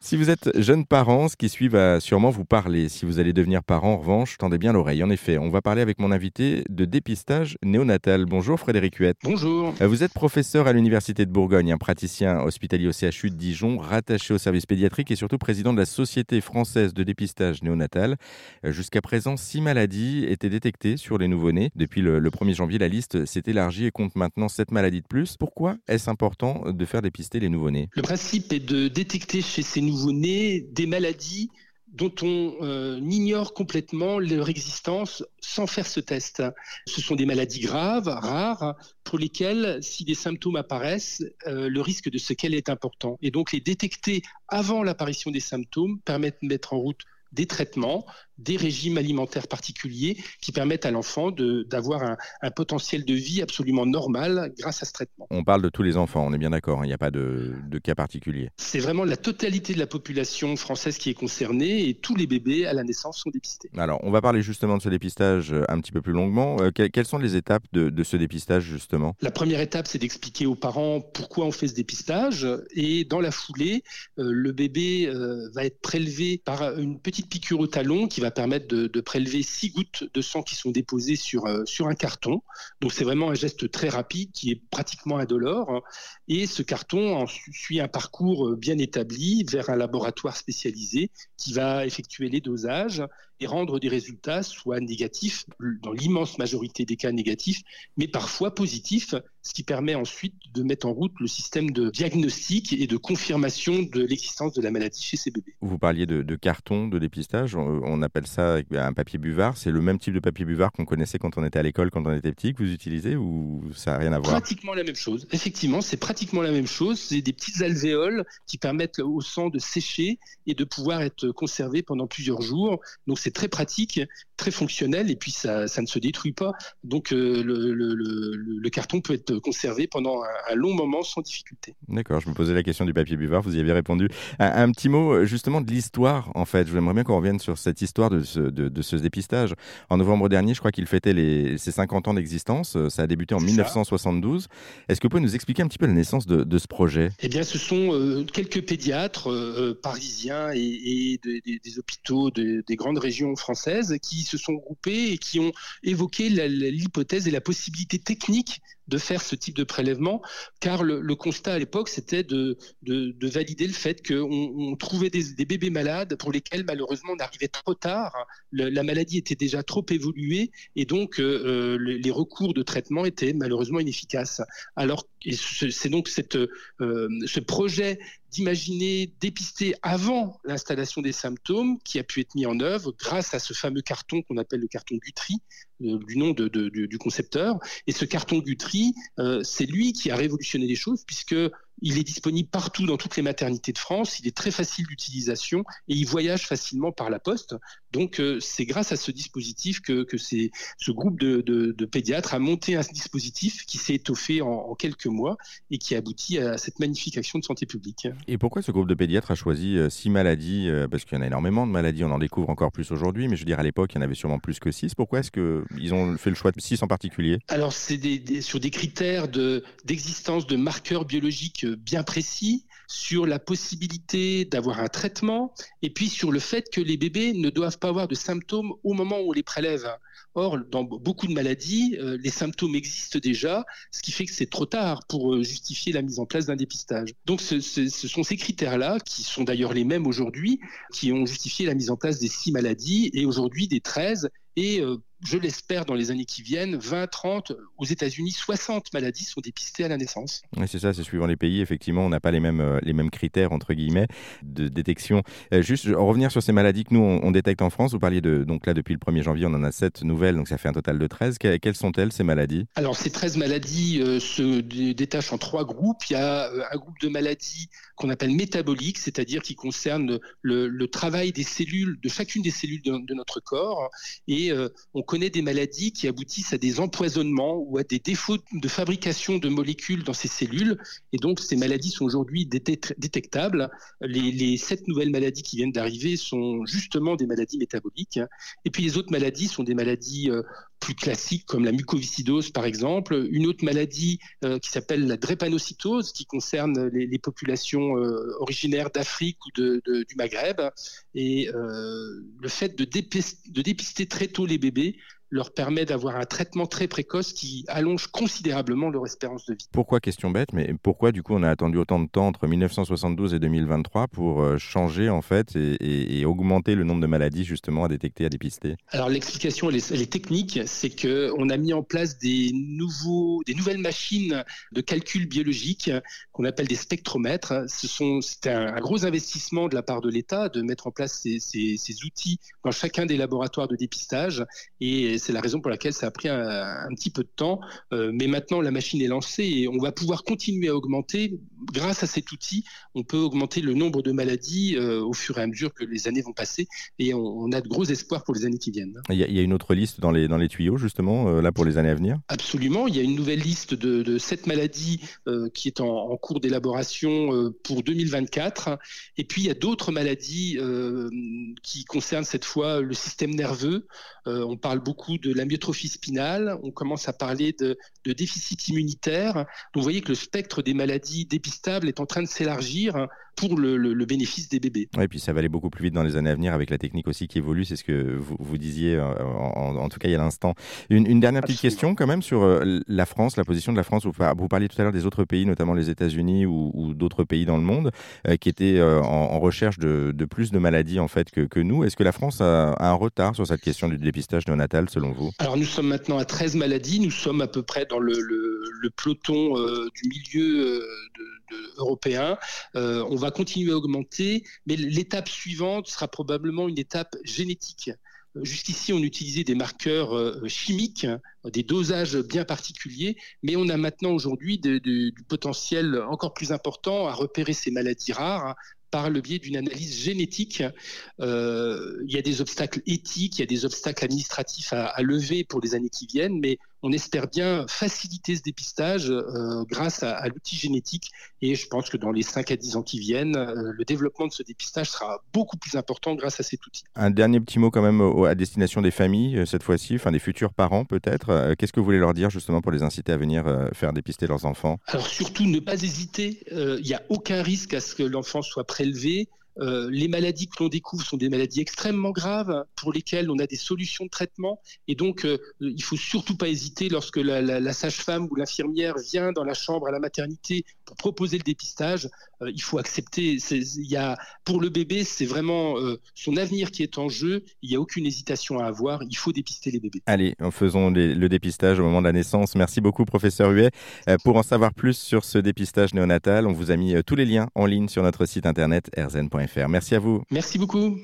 Si vous êtes jeune parent, ce qui suit va sûrement vous parler. Si vous allez devenir parent, en revanche, tendez bien l'oreille. En effet, on va parler avec mon invité de dépistage néonatal. Bonjour Frédéric Huette. Bonjour. Vous êtes professeur à l'Université de Bourgogne, un praticien hospitalier au CHU de Dijon, rattaché au service pédiatrique et surtout président de la Société française de dépistage néonatal. Jusqu'à présent, 6 maladies étaient détectées sur les nouveau-nés. Depuis le 1er janvier, la liste s'est élargie et compte maintenant 7 maladies de plus. Pourquoi est-ce important de faire dépister les nouveau-nés ? Le principe est de détecter chez ces nouveau-nés des maladies dont on ignore complètement leur existence sans faire ce test. Ce sont des maladies graves, rares, pour lesquelles, si des symptômes apparaissent, le risque de séquelles est important. Et donc, les détecter avant l'apparition des symptômes permet de mettre en route des traitements, des régimes alimentaires particuliers qui permettent à l'enfant d'avoir un potentiel de vie absolument normal grâce à ce traitement. On parle de tous les enfants, on est bien d'accord, il n'y a pas de cas particulier. C'est vraiment la totalité de la population française qui est concernée et tous les bébés à la naissance sont dépistés. Alors, on va parler justement de ce dépistage un petit peu plus longuement. Quelles sont les étapes de ce dépistage justement ? La première étape, c'est d'expliquer aux parents pourquoi on fait ce dépistage et dans la foulée, le bébé va être prélevé par une petite piqûre au talon qui va permettre de prélever 6 gouttes de sang qui sont déposées sur un carton. Donc c'est vraiment un geste très rapide qui est pratiquement indolore. Et ce carton suit un parcours bien établi vers un laboratoire spécialisé qui va effectuer les dosages et rendre des résultats soit négatifs, dans l'immense majorité des cas négatifs, mais parfois positifs, ce qui permet ensuite de mettre en route le système de diagnostic et de confirmation de l'existence de la maladie chez ces bébés. Vous parliez de carton de dépistage, on appelle ça un papier buvard. C'est le même type de papier buvard qu'on connaissait quand on était à l'école, quand on était petit, que vous utilisez ou ça n'a rien à voir ? Pratiquement la même chose. Effectivement, c'est pratiquement la même chose. C'est des petites alvéoles qui permettent au sang de sécher et de pouvoir être conservé pendant plusieurs jours. Donc c'est très pratique, très fonctionnel et puis ça ne se détruit pas. Donc le carton peut être conservé pendant un long moment sans difficulté. D'accord, je me posais la question du papier buvard, vous y avez répondu. Un petit mot justement de l'histoire en fait. J'aimerais bien qu'on revienne sur cette histoire de ce dépistage. En novembre dernier, je crois qu'il fêtait ses 50 ans d'existence. Ça a débuté en 1972. Est-ce que vous pouvez nous expliquer un petit peu la naissance de ce projet ? Eh bien, ce sont quelques pédiatres parisiens et des hôpitaux des grandes régions françaises qui se sont groupés et qui ont évoqué l'hypothèse et la possibilité technique de faire ce type de prélèvement, car le constat à l'époque, c'était de valider le fait qu'on trouvait des bébés malades pour lesquels, malheureusement, on arrivait trop tard. La maladie était déjà trop évoluée et donc les recours de traitement étaient malheureusement inefficaces. Alors, c'est donc ce projet d'imaginer dépister avant l'installation des symptômes qui a pu être mis en œuvre grâce à ce fameux carton qu'on appelle le carton Guthrie, du nom du concepteur. Et ce carton Guthrie, c'est lui qui a révolutionné les choses puisque il est disponible partout dans toutes les maternités de France, il est très facile d'utilisation et il voyage facilement par la poste. Donc c'est grâce à ce dispositif que ce groupe de pédiatres a monté un dispositif qui s'est étoffé en quelques mois et qui aboutit à cette magnifique action de santé publique. Et pourquoi ce groupe de pédiatres a choisi 6 maladies parce qu'il y en a énormément de maladies, on en découvre encore plus aujourd'hui, mais je veux dire à l'époque il y en avait sûrement plus que 6. Pourquoi est-ce qu'ils ont fait le choix de 6 en particulier ? Alors c'est sur des critères d'existence de marqueurs biologiques bien précis, sur la possibilité d'avoir un traitement et puis sur le fait que les bébés ne doivent pas avoir de symptômes au moment où on les prélève. Or, dans beaucoup de maladies, les symptômes existent déjà, ce qui fait que c'est trop tard pour justifier la mise en place d'un dépistage. Donc ce sont ces critères-là, qui sont d'ailleurs les mêmes aujourd'hui, qui ont justifié la mise en place des 6 maladies et aujourd'hui des 13 et je l'espère dans les années qui viennent, 20, 30, aux États-Unis, 60 maladies sont dépistées à la naissance. Oui, c'est ça, c'est suivant les pays, effectivement, on n'a pas les mêmes critères, entre guillemets, de détection. Juste revenir sur ces maladies que nous, on détecte en France, vous parliez donc là, depuis le 1er janvier, on en a 7 nouvelles, donc ça fait un total de 13. Quelles sont-elles, ces maladies ? Alors, ces 13 maladies se détachent en 3 groupes. Il y a un groupe de maladies qu'on appelle métaboliques, c'est-à-dire qui concernent le travail des cellules, de chacune des cellules de notre corps, et on connaît des maladies qui aboutissent à des empoisonnements ou à des défauts de fabrication de molécules dans ces cellules. Et donc, ces maladies sont aujourd'hui détectables. Les 7 nouvelles maladies qui viennent d'arriver sont justement des maladies métaboliques. Et puis, les autres maladies sont des maladies plus classiques comme la mucoviscidose par exemple, une autre maladie qui s'appelle la drépanocytose qui concerne les populations originaires d'Afrique ou du Maghreb. Et le fait de dépister très tôt les bébés leur permet d'avoir un traitement très précoce qui allonge considérablement leur espérance de vie. Pourquoi, question bête, mais pourquoi du coup on a attendu autant de temps entre 1972 et 2023 pour changer en fait et augmenter le nombre de maladies justement à détecter, à dépister? Alors l'explication elle est technique, c'est qu'on a mis en place des nouvelles machines de calcul biologique qu'on appelle des spectromètres. C'était un gros investissement de la part de l'État de mettre en place ces outils dans chacun des laboratoires de dépistage et c'est la raison pour laquelle ça a pris un petit peu de temps. Mais maintenant, la machine est lancée et on va pouvoir continuer à augmenter. Grâce à cet outil, on peut augmenter le nombre de maladies au fur et à mesure que les années vont passer. Et on a de gros espoirs pour les années qui viennent. Il y a une autre liste dans les tuyaux, justement, là pour les années à venir? Absolument. Il y a une nouvelle liste de 7 maladies qui est en cours d'élaboration pour 2024. Et puis, il y a d'autres maladies qui concernent cette fois le système nerveux. On parle beaucoup de l'amyotrophie spinale. On commence à parler de déficit immunitaire. Donc, vous voyez que le spectre des maladies dépistables est en train de s'élargir pour le bénéfice des bébés. Oui, et puis ça va aller beaucoup plus vite dans les années à venir avec la technique aussi qui évolue. C'est ce que vous disiez, en tout cas il y a l'instant. Une dernière petite question quand même sur la France, la position de la France. Vous parliez tout à l'heure des autres pays, notamment les États-Unis ou d'autres pays dans le monde, qui étaient en recherche de plus de maladies en fait que nous. Est-ce que la France a un retard sur cette question du dépistage néonatal selon vous? Alors nous sommes maintenant à 13 maladies. Nous sommes à peu près dans le peloton du milieu européen. On va continuer à augmenter, mais l'étape suivante sera probablement une étape génétique. Jusqu'ici, on utilisait des marqueurs chimiques, des dosages bien particuliers, mais on a maintenant aujourd'hui du potentiel encore plus important à repérer ces maladies rares par le biais d'une analyse génétique. Il y a des obstacles éthiques, il y a des obstacles administratifs à lever pour les années qui viennent, mais on espère bien faciliter ce dépistage grâce à l'outil génétique et je pense que dans les 5 à 10 ans qui viennent, le développement de ce dépistage sera beaucoup plus important grâce à cet outil. Un dernier petit mot quand même à destination des familles cette fois-ci, enfin des futurs parents peut-être. Qu'est-ce que vous voulez leur dire justement pour les inciter à venir faire dépister leurs enfants? Alors surtout ne pas hésiter, il n'y a aucun risque à ce que l'enfant soit prélevé. Les maladies que l'on découvre sont des maladies extrêmement graves pour lesquelles on a des solutions de traitement et donc il ne faut surtout pas hésiter lorsque la sage-femme ou l'infirmière vient dans la chambre à la maternité pour proposer le dépistage. Il faut accepter, pour le bébé c'est vraiment son avenir qui est en jeu, il n'y a aucune hésitation à avoir, il faut dépister les bébés. Allez, faisons le dépistage au moment de la naissance. Merci beaucoup professeur Huet. Pour en savoir plus sur ce dépistage néonatal, on vous a mis tous les liens en ligne sur notre site internet rzn.fr. Merci à vous. Merci beaucoup.